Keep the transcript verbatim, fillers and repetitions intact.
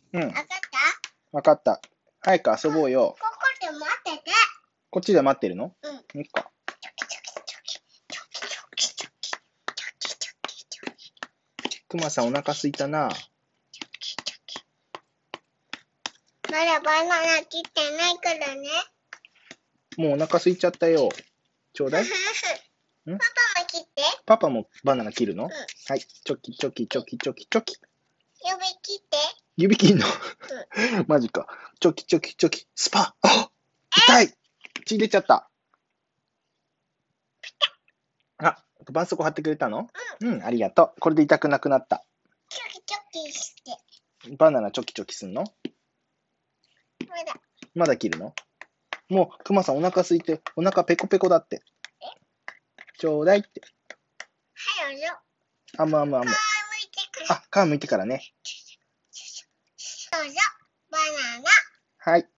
うん。 わかった？ わかった。早く遊ぼうよ。 ここで待ってて。 こっちで待ってるの？ うん。 いいか。くまさんお腹すいたな。 まだバナナ切ってないからね。 もうお腹すいちゃったよ。ちょうだい。ん？ パパも切って。 パパもバナナ切るの？ うん。 はい。チョキチョキチョキチョキチョキ。 指切って。 指切んの？ うん。 マジか。チョキチョキチョキ。スパッ。あ、痛い。血出ちゃった。あ、絆創膏貼ってくれたの？うん、うん、ありがとう。これで痛くなくなった。 チョキチョキして。 バナナチョキチョキすんの？ まだ。 まだ切るの？もう、くまさんお腹空いて、お腹ペコペコだって。ちょうだいって。 はい、どうぞ。 あむあむあむ。 皮むいてから。 あ、皮むいてからね。 どうぞ、バナナ。 はい。